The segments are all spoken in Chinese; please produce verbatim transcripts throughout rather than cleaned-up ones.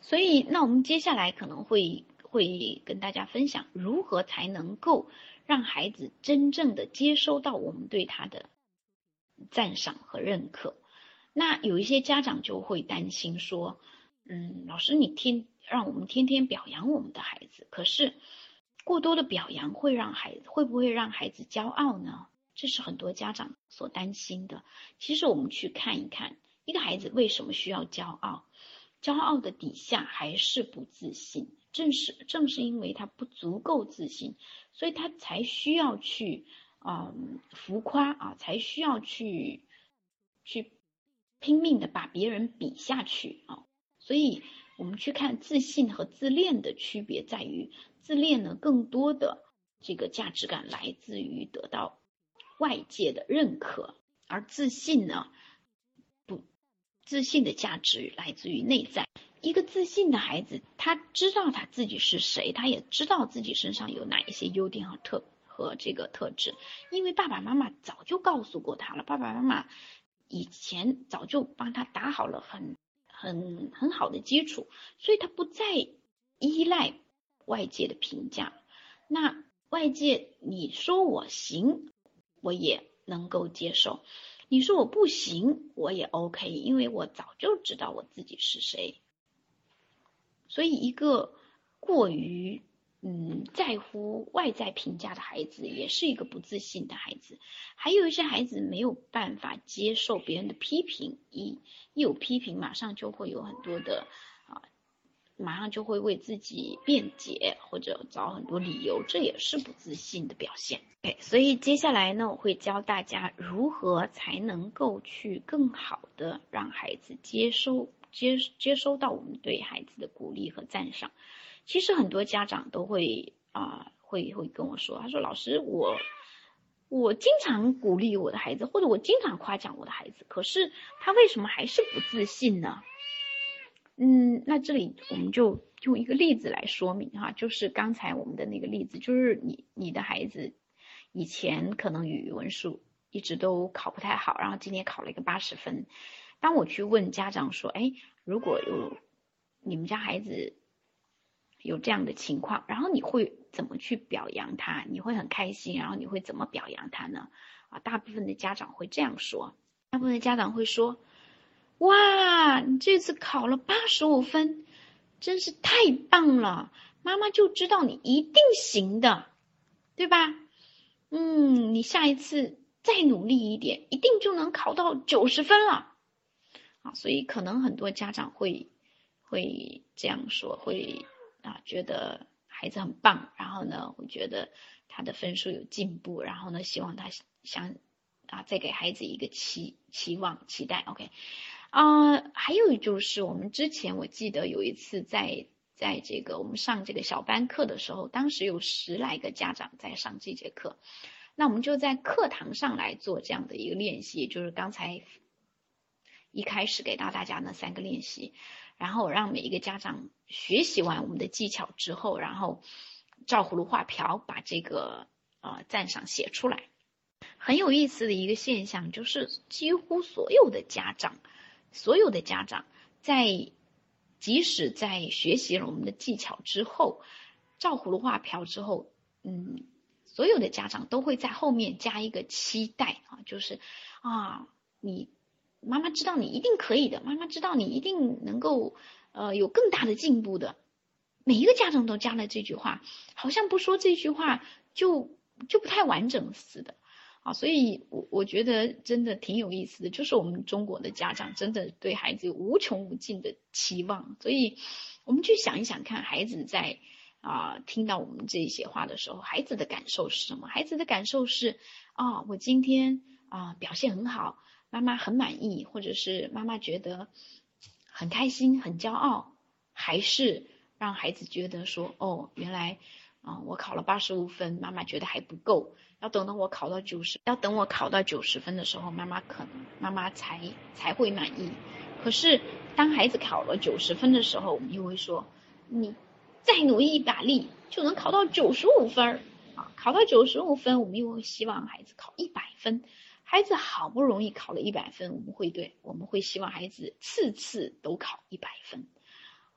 所以那我们接下来可能会会跟大家分享如何才能够让孩子真正的接收到我们对他的赞赏和认可。那有一些家长就会担心说，嗯，老师你天让我们天天表扬我们的孩子，可是过多的表扬会让孩子会不会让孩子骄傲呢？这是很多家长所担心的。其实我们去看一看，一个孩子为什么需要骄傲？骄傲的底下还是不自信，正是正是因为他不足够自信，所以他才需要去嗯浮夸啊，才需要去去拼命的把别人比下去啊。所以我们去看自信和自恋的区别在于，自恋呢更多的这个价值感来自于得到外界的认可，而自信呢不自信的价值来自于内在。一个自信的孩子，他知道他自己是谁，他也知道自己身上有哪一些优点和特和这个特质，因为爸爸妈妈早就告诉过他了，爸爸妈妈以前早就帮他打好了很很很好的基础，所以他不再依赖外界的评价。那外界你说我行，我也能够接受，你说我不行，我也 OK， 因为我早就知道我自己是谁。所以一个过于嗯在乎外在评价的孩子，也是一个不自信的孩子。还有一些孩子没有办法接受别人的批评，一一有批评，马上就会有很多的啊，马上就会为自己辩解或者找很多理由，这也是不自信的表现。Okay, 所以接下来呢，我会教大家如何才能够去更好的让孩子接收接接收到我们对孩子的鼓励和赞赏。其实很多家长都会啊、呃、会会跟我说，他说老师我我经常鼓励我的孩子，或者我经常夸奖我的孩子，可是他为什么还是不自信呢？嗯，那这里我们就用一个例子来说明哈，就是刚才我们的那个例子，就是你你的孩子以前可能语文数一直都考不太好，然后今年考了一个八十分。当我去问家长说，哎，如果有你们家孩子有这样的情况，然后你会怎么去表扬他？你会很开心，然后你会怎么表扬他呢？啊，大部分的家长会这样说，大部分的家长会说，哇，你这次考了八十五分，真是太棒了！妈妈就知道你一定行的，对吧？嗯，你下一次再努力一点，一定就能考到九十分了。啊，所以可能很多家长会会这样说，会啊觉得孩子很棒，然后呢，会觉得他的分数有进步，然后呢，希望他想啊再给孩子一个期期望期待 ，OK。啊、呃，还有就是我们之前我记得有一次在在这个我们上这个小班课的时候，当时有十来个家长在上这节课，那我们就在课堂上来做这样的一个练习，就是刚才一开始给到大家那三个练习，然后让每一个家长学习完我们的技巧之后，然后照葫芦画瓢把这个呃赞赏写出来。很有意思的一个现象就是，几乎所有的家长。所有的家长在即使在学习了我们的技巧之后，照葫芦画瓢之后，嗯，所有的家长都会在后面加一个期待啊，就是啊，你妈妈知道你一定可以的，妈妈知道你一定能够呃有更大的进步的。每一个家长都加了这句话，好像不说这句话就就不太完整似的。啊，所以我我觉得真的挺有意思的，就是我们中国的家长真的对孩子有无穷无尽的期望，所以我们去想一想看，孩子在啊、呃、听到我们这些话的时候，孩子的感受是什么？孩子的感受是啊、哦，我今天啊、呃、表现很好，妈妈很满意，或者是妈妈觉得很开心、很骄傲，还是让孩子觉得说，哦，原来啊、呃、我考了八十五分，妈妈觉得还不够。要等到我考到九十，要等我考到九十分的时候，妈妈可能妈妈才才会满意。可是当孩子考了九十分的时候，我们又会说，你再努力一把力就能考到九十五分啊！考到九十五分，我们又会希望孩子考一百分。孩子好不容易考了一百分，我们会对我们会希望孩子次次都考一百分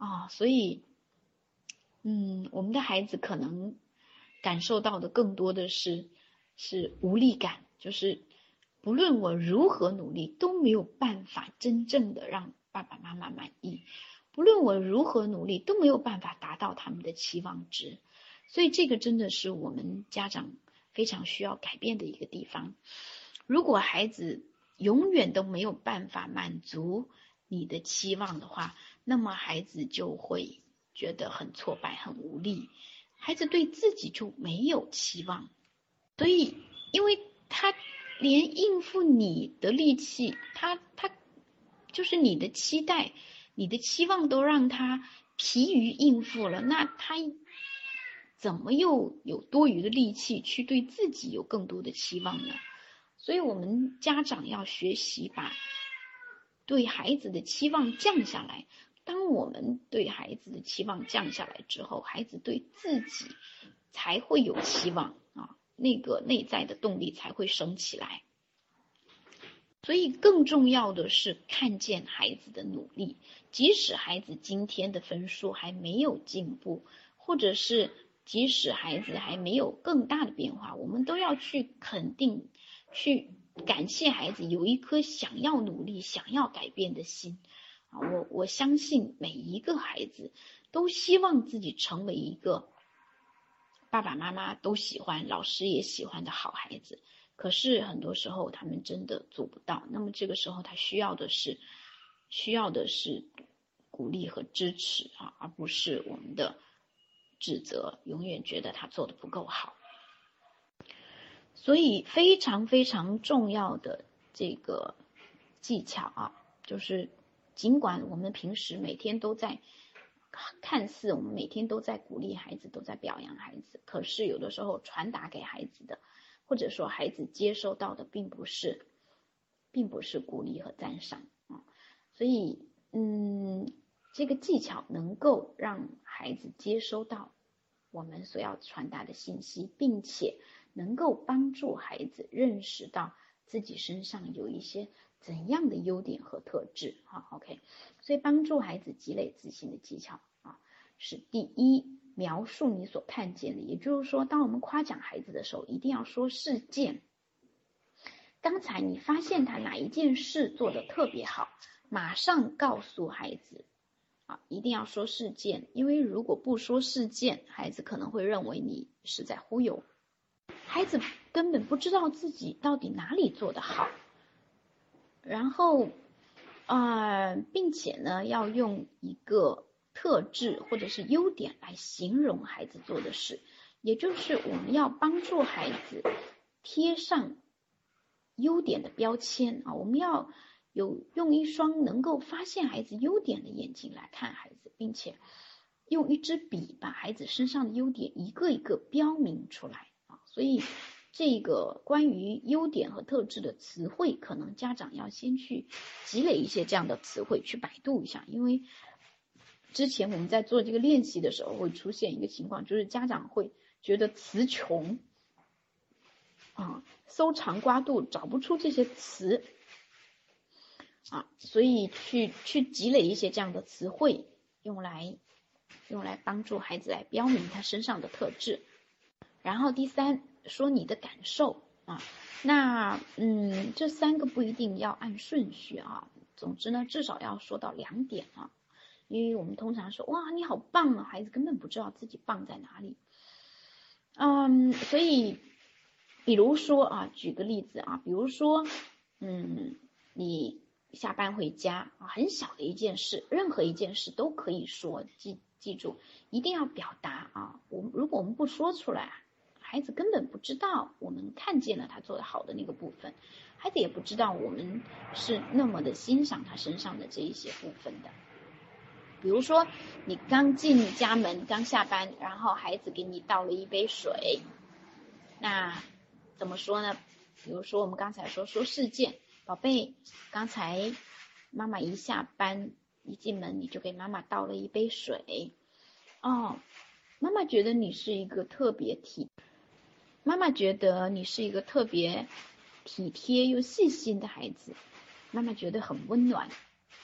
啊，所以，嗯，我们的孩子可能感受到的更多的是是无力感，就是不论我如何努力，都没有办法真正的让爸爸妈妈满意，不论我如何努力，都没有办法达到他们的期望值。所以这个真的是我们家长非常需要改变的一个地方。如果孩子永远都没有办法满足你的期望的话，那么孩子就会觉得很挫败、很无力，孩子对自己就没有期望，所以因为他连应付你的力气，他他就是你的期待、你的期望都让他疲于应付了，那他怎么又有多余的力气去对自己有更多的期望呢？所以我们家长要学习把对孩子的期望降下来。当我们对孩子的期望降下来之后，孩子对自己才会有期望啊，那个内在的动力才会升起来。所以更重要的是看见孩子的努力，即使孩子今天的分数还没有进步，或者是即使孩子还没有更大的变化，我们都要去肯定，去感谢孩子有一颗想要努力、想要改变的心。啊，我我相信每一个孩子都希望自己成为一个爸爸妈妈都喜欢、老师也喜欢的好孩子。可是很多时候他们真的做不到，那么这个时候他需要的是需要的是鼓励和支持啊，而不是我们的指责，永远觉得他做得不够好。所以非常非常重要的这个技巧啊，就是尽管我们平时每天都在看似我们每天都在鼓励孩子，都在表扬孩子，可是有的时候传达给孩子的，或者说孩子接收到的并不是并不是鼓励和赞赏啊。所以嗯，这个技巧能够让孩子接收到我们所要传达的信息，并且能够帮助孩子认识到自己身上有一些怎样的优点和特质啊 OK， 所以帮助孩子积累自信的技巧啊，是第一，描述你所看见的。也就是说，当我们夸奖孩子的时候，一定要说事件。刚才你发现他哪一件事做得特别好，马上告诉孩子啊，一定要说事件，因为如果不说事件，孩子可能会认为你是在忽悠。孩子根本不知道自己到底哪里做得好，然后呃，并且呢，要用一个特质或者是优点来形容孩子做的事，也就是我们要帮助孩子贴上优点的标签啊，我们要有用一双能够发现孩子优点的眼睛来看孩子，并且用一支笔把孩子身上的优点一个一个标明出来啊。所以这个关于优点和特质的词汇，可能家长要先去积累一些这样的词汇，去百度一下，因为之前我们在做这个练习的时候会出现一个情况，就是家长会觉得词穷啊，搜肠刮肚找不出这些词啊，所以去去积累一些这样的词汇，用来用来帮助孩子来标明他身上的特质。然后第三，说你的感受啊，那嗯，这三个不一定要按顺序啊，总之呢，至少要说到两点啊，因为我们通常说哇你好棒啊，孩子根本不知道自己棒在哪里。嗯，所以比如说啊，举个例子啊，比如说嗯，你下班回家啊，很小的一件事，任何一件事都可以说，记记住一定要表达啊，我如果我们不说出来，孩子根本不知道我们看见了他做得好的那个部分，孩子也不知道我们是那么的欣赏他身上的这一些部分的。比如说你刚进家门，刚下班，然后孩子给你倒了一杯水，那怎么说呢？比如说我们刚才说说事件，宝贝，刚才妈妈一下班一进门你就给妈妈倒了一杯水哦，妈妈觉得你是一个特别体妈妈觉得你是一个特别体贴又细心的孩子，妈妈觉得很温暖。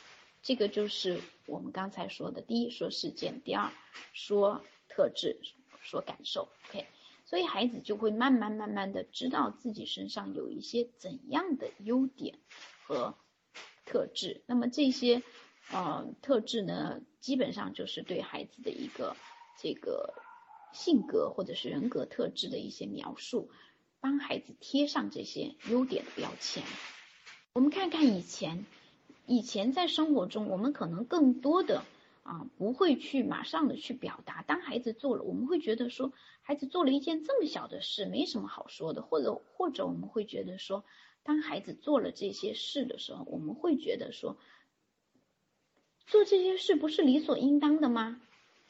这个就是我们刚才说的，第一说事件，第二说特质，说感受 OK， 所以孩子就会慢慢慢慢的知道自己身上有一些怎样的优点和特质。那么这些呃特质呢，基本上就是对孩子的一个这个性格或者是人格特质的一些描述，帮孩子贴上这些优点的标签。我们看看以前以前在生活中，我们可能更多的啊不会去马上的去表达。当孩子做了，我们会觉得说孩子做了一件这么小的事，没什么好说的，或者或者我们会觉得说，当孩子做了这些事的时候，我们会觉得说，做这些事不是理所应当的吗？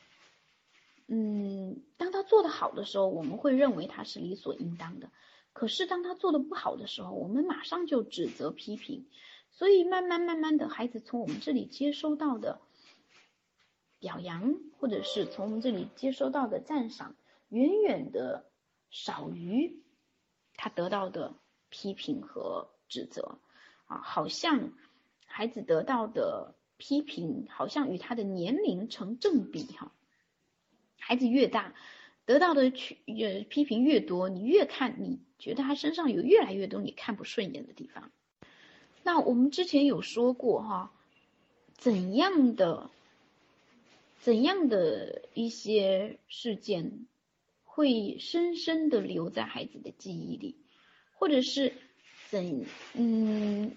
嗯，当他做得好的时候，我们会认为他是理所应当的。可是当他做得不好的时候，我们马上就指责批评。所以慢慢慢慢的，孩子从我们这里接收到的表扬，或者是从我们这里接收到的赞赏，远远的少于他得到的批评和指责啊，好像孩子得到的批评好像与他的年龄成正比哈。孩子越大，得到的批评越多，你越看，你觉得他身上有越来越多你看不顺眼的地方。那我们之前有说过哈，怎样的怎样的一些事件会深深的留在孩子的记忆里，或者是怎嗯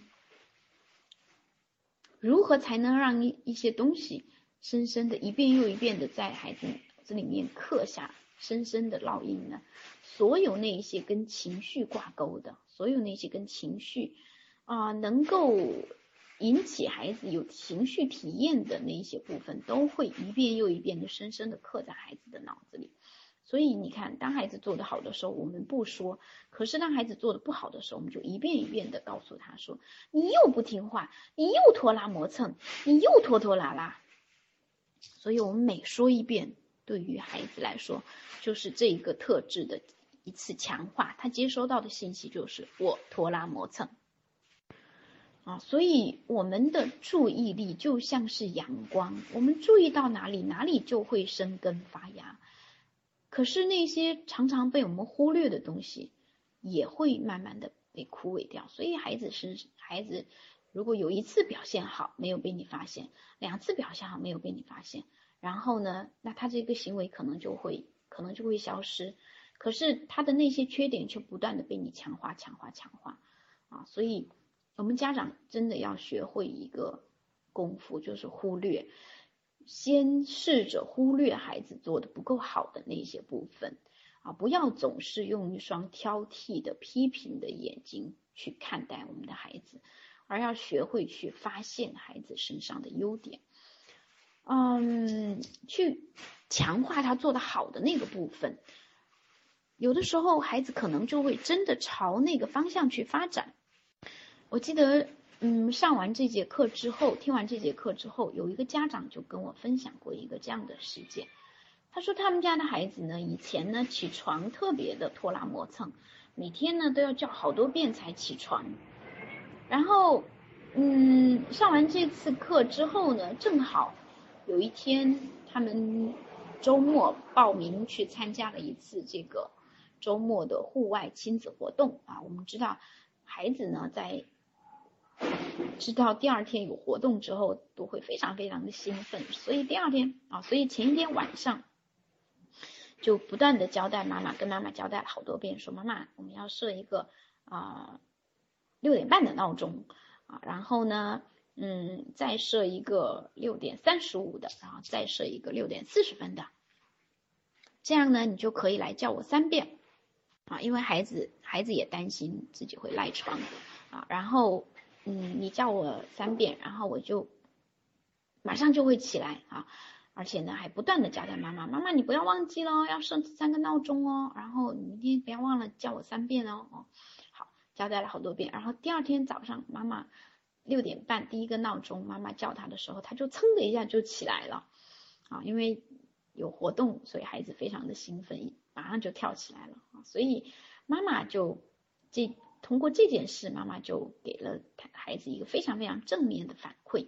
如何才能让一一些东西深深的一遍又一遍的在孩子这里面刻下深深的烙印呢？所有那一些跟情绪挂钩的，所有那些跟情绪啊、呃、能够引起孩子有情绪体验的那一些部分，都会一遍又一遍的深深的刻在孩子的脑子里。所以你看，当孩子做得好的时候，我们不说；可是当孩子做得不好的时候，我们就一遍一遍的告诉他说：“你又不听话，你又拖拉磨蹭，你又拖拖拉拉。”所以我们每说一遍，对于孩子来说，就是这一个特质的一次强化，他接收到的信息就是我拖拉磨蹭。啊，所以我们的注意力就像是阳光，我们注意到哪里，哪里就会生根发芽。可是那些常常被我们忽略的东西，也会慢慢的被枯萎掉。所以孩子是孩子，如果有一次表现好没有被你发现，两次表现好没有被你发现，然后呢，那他这个行为可能就会可能就会消失。可是他的那些缺点却不断的被你强化、强化、强化啊！所以我们家长真的要学会一个功夫，就是忽略。先试着忽略孩子做的不够好的那些部分啊，不要总是用一双挑剔的批评的眼睛去看待我们的孩子，而要学会去发现孩子身上的优点，嗯，去强化他做的好的那个部分。有的时候孩子可能就会真的朝那个方向去发展。我记得嗯，上完这节课之后，听完这节课之后，有一个家长就跟我分享过一个这样的事件。他说他们家的孩子呢，以前呢起床特别的拖拉磨蹭，每天呢都要叫好多遍才起床。然后，嗯，上完这次课之后呢，正好有一天他们周末报名去参加了一次这个周末的户外亲子活动啊。我们知道孩子呢在知道第二天有活动之后都会非常非常的兴奋，所以第二天啊，所以前一天晚上就不断的交代妈妈，跟妈妈交代了好多遍，说妈妈，我们要设一个啊六点半的闹钟啊，然后呢，嗯，再设一个六点三十五的，然后再设一个六点四十分的，这样呢，你就可以来叫我三遍啊，因为孩子孩子也担心自己会赖床啊，然后嗯，你叫我三遍，然后我就马上就会起来啊，而且呢还不断的交代妈妈，妈妈你不要忘记了，要设三个闹钟哦，然后你明天不要忘了叫我三遍哦。哦，好，交代了好多遍，然后第二天早上妈妈六点半第一个闹钟，妈妈叫他的时候，他就噌的一下就起来了啊，因为有活动，所以孩子非常的兴奋，马上就跳起来了啊，所以妈妈就这。通过这件事，妈妈就给了孩子一个非常非常正面的反馈，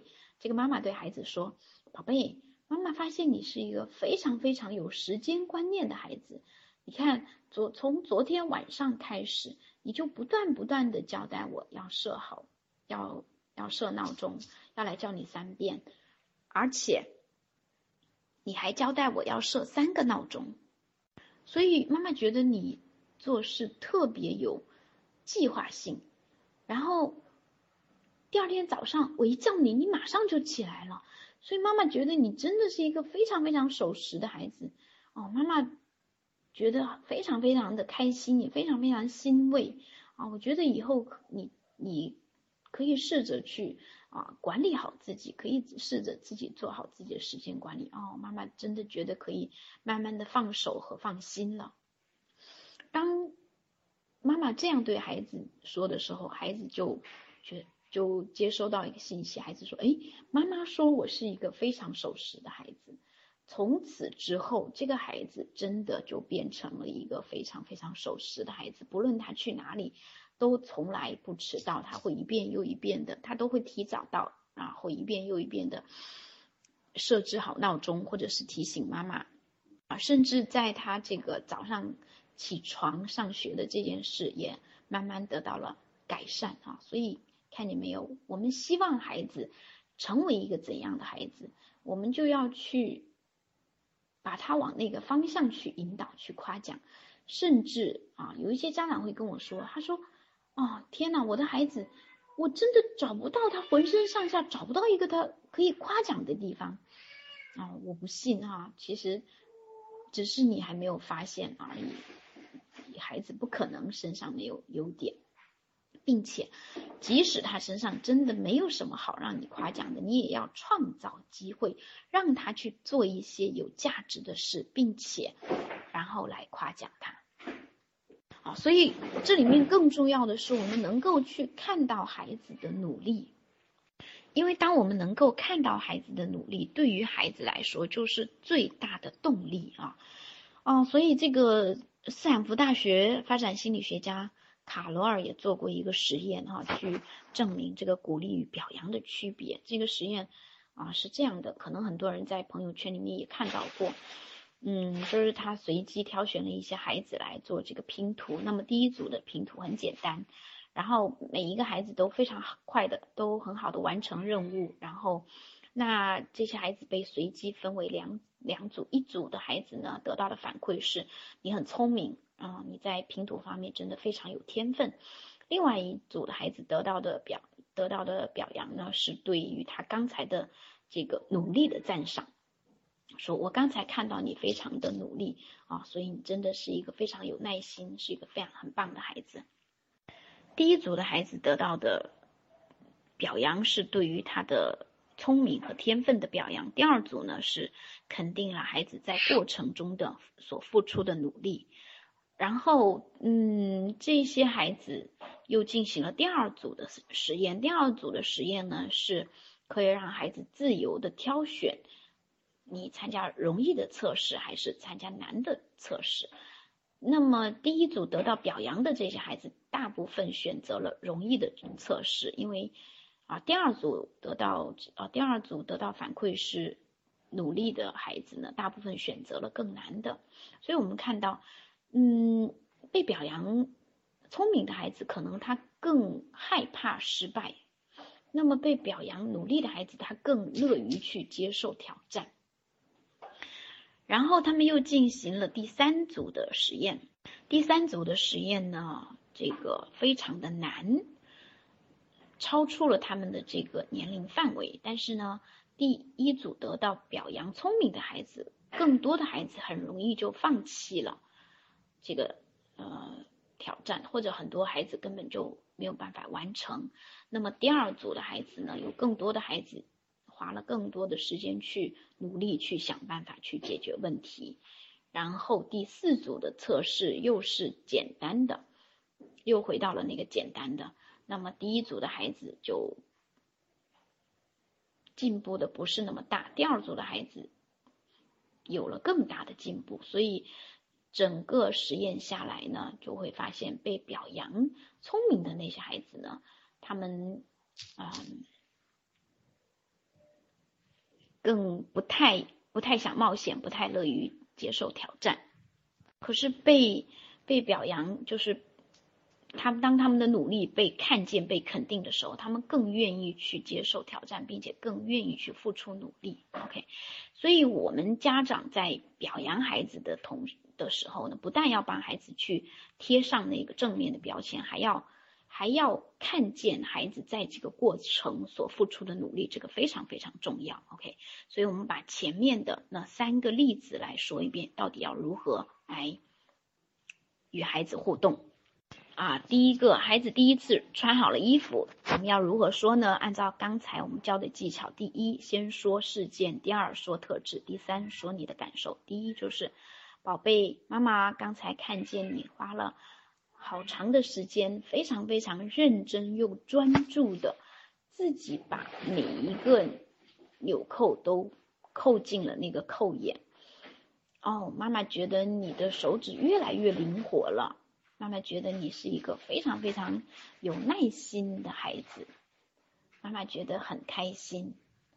这个妈妈对孩子说，宝贝，妈妈发现你是一个非常非常有时间观念的孩子，你看昨从昨天晚上开始，你就不断不断的交代我要设好，要要设闹钟，要来叫你三遍，而且你还交代我要设三个闹钟，所以妈妈觉得你做事特别有计划性，然后第二天早上我一叫你，你马上就起来了，所以妈妈觉得你真的是一个非常非常守时的孩子哦，妈妈觉得非常非常的开心，也非常非常欣慰啊！我觉得以后你你可以试着去啊管理好自己，可以试着自己做好自己的时间管理哦。妈妈真的觉得可以慢慢的放手和放心了。当妈妈这样对孩子说的时候，孩子就觉就接收到一个信息，孩子说：“哎，妈妈说我是一个非常守时的孩子。”从此之后，这个孩子真的就变成了一个非常非常守时的孩子，不论他去哪里，都从来不迟到，他会一遍又一遍的，他都会提早到，然后一遍又一遍的设置好闹钟，或者是提醒妈妈啊，甚至在他这个早上起床上学的这件事也慢慢得到了改善啊。所以看见没有，我们希望孩子成为一个怎样的孩子，我们就要去把他往那个方向去引导，去夸奖。甚至啊，有一些家长会跟我说，他说：“哦，天哪，我的孩子，我真的找不到他浑身上下找不到一个他可以夸奖的地方啊！”我不信啊，其实只是你还没有发现而已。孩子不可能身上没有优点，并且即使他身上真的没有什么好让你夸奖的，你也要创造机会让他去做一些有价值的事，并且然后来夸奖他。啊，所以这里面更重要的是我们能够去看到孩子的努力，因为当我们能够看到孩子的努力，对于孩子来说就是最大的动力啊。啊，所以这个斯坦福大学发展心理学家卡罗尔也做过一个实验哈、啊，去证明这个鼓励与表扬的区别。这个实验啊是这样的，可能很多人在朋友圈里面也看到过。嗯，就是他随机挑选了一些孩子来做这个拼图。那么第一组的拼图很简单，然后每一个孩子都非常快的，都很好的完成任务。然后，那这些孩子被随机分为两两组，一组的孩子呢得到的反馈是你很聪明啊、呃，你在拼图方面真的非常有天分。另外一组的孩子得到的表得到的表扬呢是对于他刚才的这个努力的赞赏。说我刚才看到你非常的努力啊，所以你真的是一个非常有耐心，是一个非常很棒的孩子。第一组的孩子得到的表扬是对于他的聪明和天分的表扬，第二组呢是肯定了孩子在过程中的所付出的努力。然后嗯，这些孩子又进行了第二组的实验，第二组的实验呢是可以让孩子自由的挑选你参加容易的测试还是参加难的测试。那么第一组得到表扬的这些孩子大部分选择了容易的测试，因为啊第二组得到啊第二组得到反馈是努力的孩子呢，大部分选择了更难的。所以我们看到嗯被表扬聪明的孩子可能他更害怕失败，那么被表扬努力的孩子他更乐于去接受挑战。然后他们又进行了第三组的实验，第三组的实验呢，这个非常的难，超出了他们的这个年龄范围。但是呢，第一组得到表扬聪明的孩子，更多的孩子很容易就放弃了这个呃挑战，或者很多孩子根本就没有办法完成。那么第二组的孩子呢，有更多的孩子花了更多的时间去努力去想办法去解决问题。然后第四组的测试又是简单的，又回到了那个简单的。那么第一组的孩子就进步的不是那么大，第二组的孩子有了更大的进步。所以整个实验下来呢，就会发现被表扬聪明的那些孩子呢，他们嗯更不太不太想冒险，不太乐于接受挑战。可是被被表扬，就是他们当他们的努力被看见、被肯定的时候，他们更愿意去接受挑战，并且更愿意去付出努力。OK， 所以我们家长在表扬孩子的同的时候呢，不但要帮孩子去贴上那个正面的标签，还要还要看见孩子在这个过程所付出的努力，这个非常非常重要。OK， 所以我们把前面的那三个例子来说一遍，到底要如何来与孩子互动。啊，第一个，孩子第一次穿好了衣服，我们要如何说呢？按照刚才我们教的技巧，第一，先说事件；第二，说特质；第三，说你的感受。第一就是，宝贝，妈妈刚才看见你花了好长的时间，非常非常认真又专注的，自己把每一个纽扣都扣进了那个扣眼。哦，妈妈觉得你的手指越来越灵活了。妈妈觉得你是一个非常非常有耐心的孩子，妈妈觉得很开心。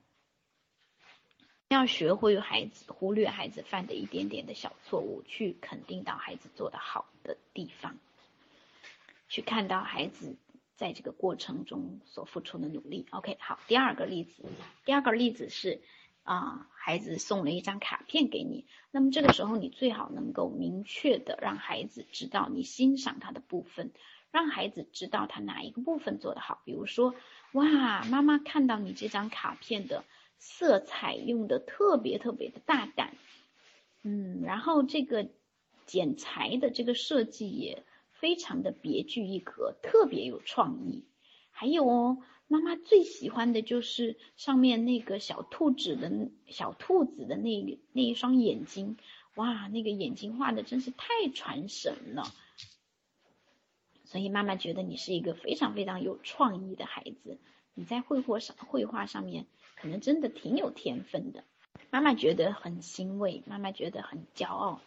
要学会孩子忽略孩子犯的一点点的小错误，去肯定到孩子做得好的地方，去看到孩子在这个过程中所付出的努力。 OK， 好，第二个例子，第二个例子是啊、呃，孩子送了一张卡片给你，那么这个时候你最好能够明确的让孩子知道你欣赏他的部分，让孩子知道他哪一个部分做得好。比如说，哇，妈妈看到你这张卡片的色彩用的特别特别的大胆，嗯，然后这个剪裁的这个设计也非常的别具一格，特别有创意。还有哦，妈妈最喜欢的就是上面那个小兔子的小兔子的那个那一双眼睛，哇，那个眼睛画的真是太传神了。所以妈妈觉得你是一个非常非常有创意的孩子，你在绘画上绘画上面可能真的挺有天分的。妈妈觉得很欣慰，妈妈觉得很骄傲。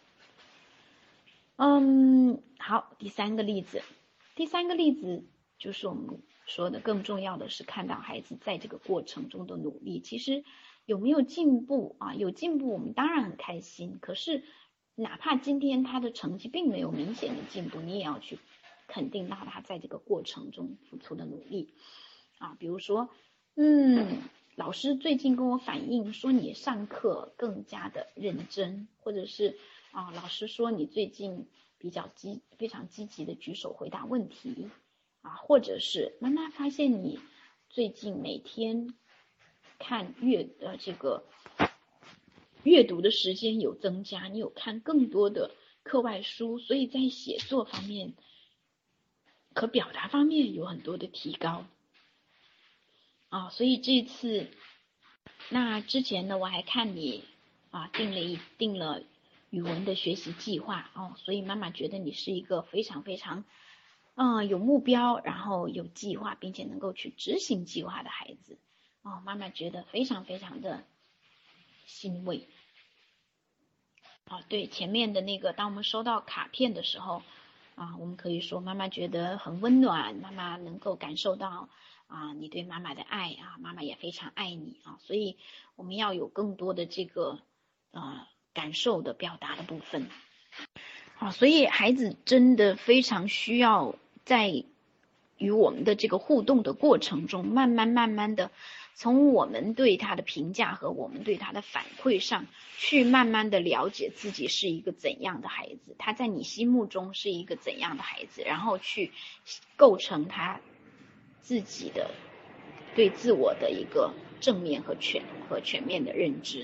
嗯，好，第三个例子，第三个例子就是我们说的更重要的是看到孩子在这个过程中的努力。其实有没有进步啊？有进步我们当然很开心，可是哪怕今天他的成绩并没有明显的进步，你也要去肯定到他在这个过程中付出的努力啊。比如说，嗯，老师最近跟我反映说你上课更加的认真，或者是啊，老师说你最近比较积非常积极的举手回答问题啊，或者是妈妈发现你最近每天看阅呃这个阅读的时间有增加，你有看更多的课外书，所以在写作方面和表达方面有很多的提高啊。所以这次那之前呢，我还看你啊定了一定了语文的学习计划哦，所以妈妈觉得你是一个非常非常嗯有目标，然后有计划，并且能够去执行计划的孩子哦，妈妈觉得非常非常的欣慰。哦，对，前面的那个，当我们收到卡片的时候啊，我们可以说妈妈觉得很温暖，妈妈能够感受到啊你对妈妈的爱啊，妈妈也非常爱你啊，所以我们要有更多的这个呃感受的表达的部分啊，所以孩子真的非常需要在与我们的这个互动的过程中，慢慢慢慢的从我们对他的评价和我们对他的反馈上去慢慢的了解自己是一个怎样的孩子，他在你心目中是一个怎样的孩子，然后去构成他自己的对自我的一个正面和全和全面的认知。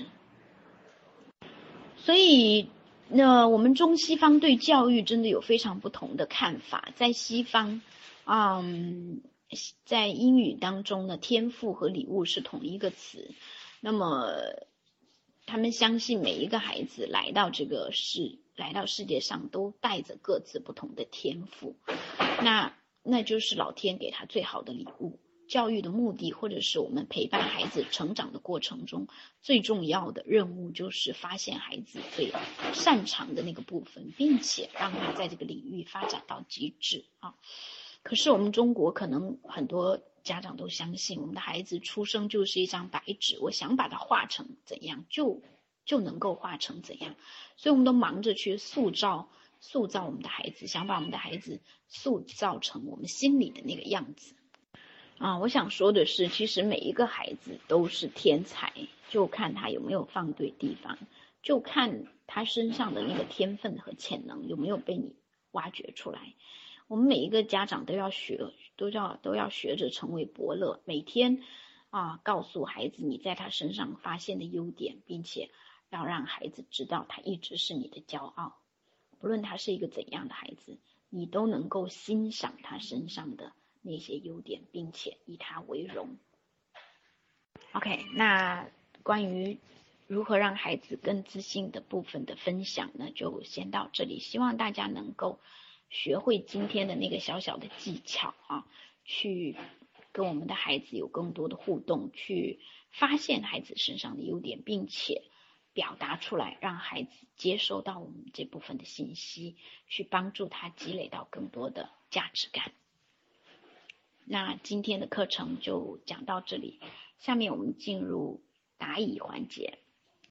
所以那我们中西方对教育真的有非常不同的看法。在西方嗯，在英语当中呢，天赋和礼物是同一个词，那么他们相信每一个孩子来到这个世来到世界上都带着各自不同的天赋，那那就是老天给他最好的礼物。教育的目的，或者是我们陪伴孩子成长的过程中最重要的任务，就是发现孩子最擅长的那个部分，并且让他在这个领域发展到极致啊。可是我们中国可能很多家长都相信我们的孩子出生就是一张白纸，我想把它画成怎样就就能够画成怎样，所以我们都忙着去塑造塑造我们的孩子，想把我们的孩子塑造成我们心里的那个样子啊。我想说的是，其实每一个孩子都是天才，就看他有没有放对地方，就看他身上的那个天分和潜能有没有被你挖掘出来。我们每一个家长都要学，都要都要学着成为伯乐，每天啊告诉孩子你在他身上发现的优点，并且要让孩子知道他一直是你的骄傲，不论他是一个怎样的孩子，你都能够欣赏他身上的那些优点，并且以他为荣。OK， 那关于如何让孩子更自信的部分的分享呢，就先到这里。希望大家能够学会今天的那个小小的技巧啊，去跟我们的孩子有更多的互动，去发现孩子身上的优点，并且表达出来，让孩子接收到我们这部分的信息，去帮助他积累到更多的价值感。那今天的课程就讲到这里，下面我们进入答疑环节。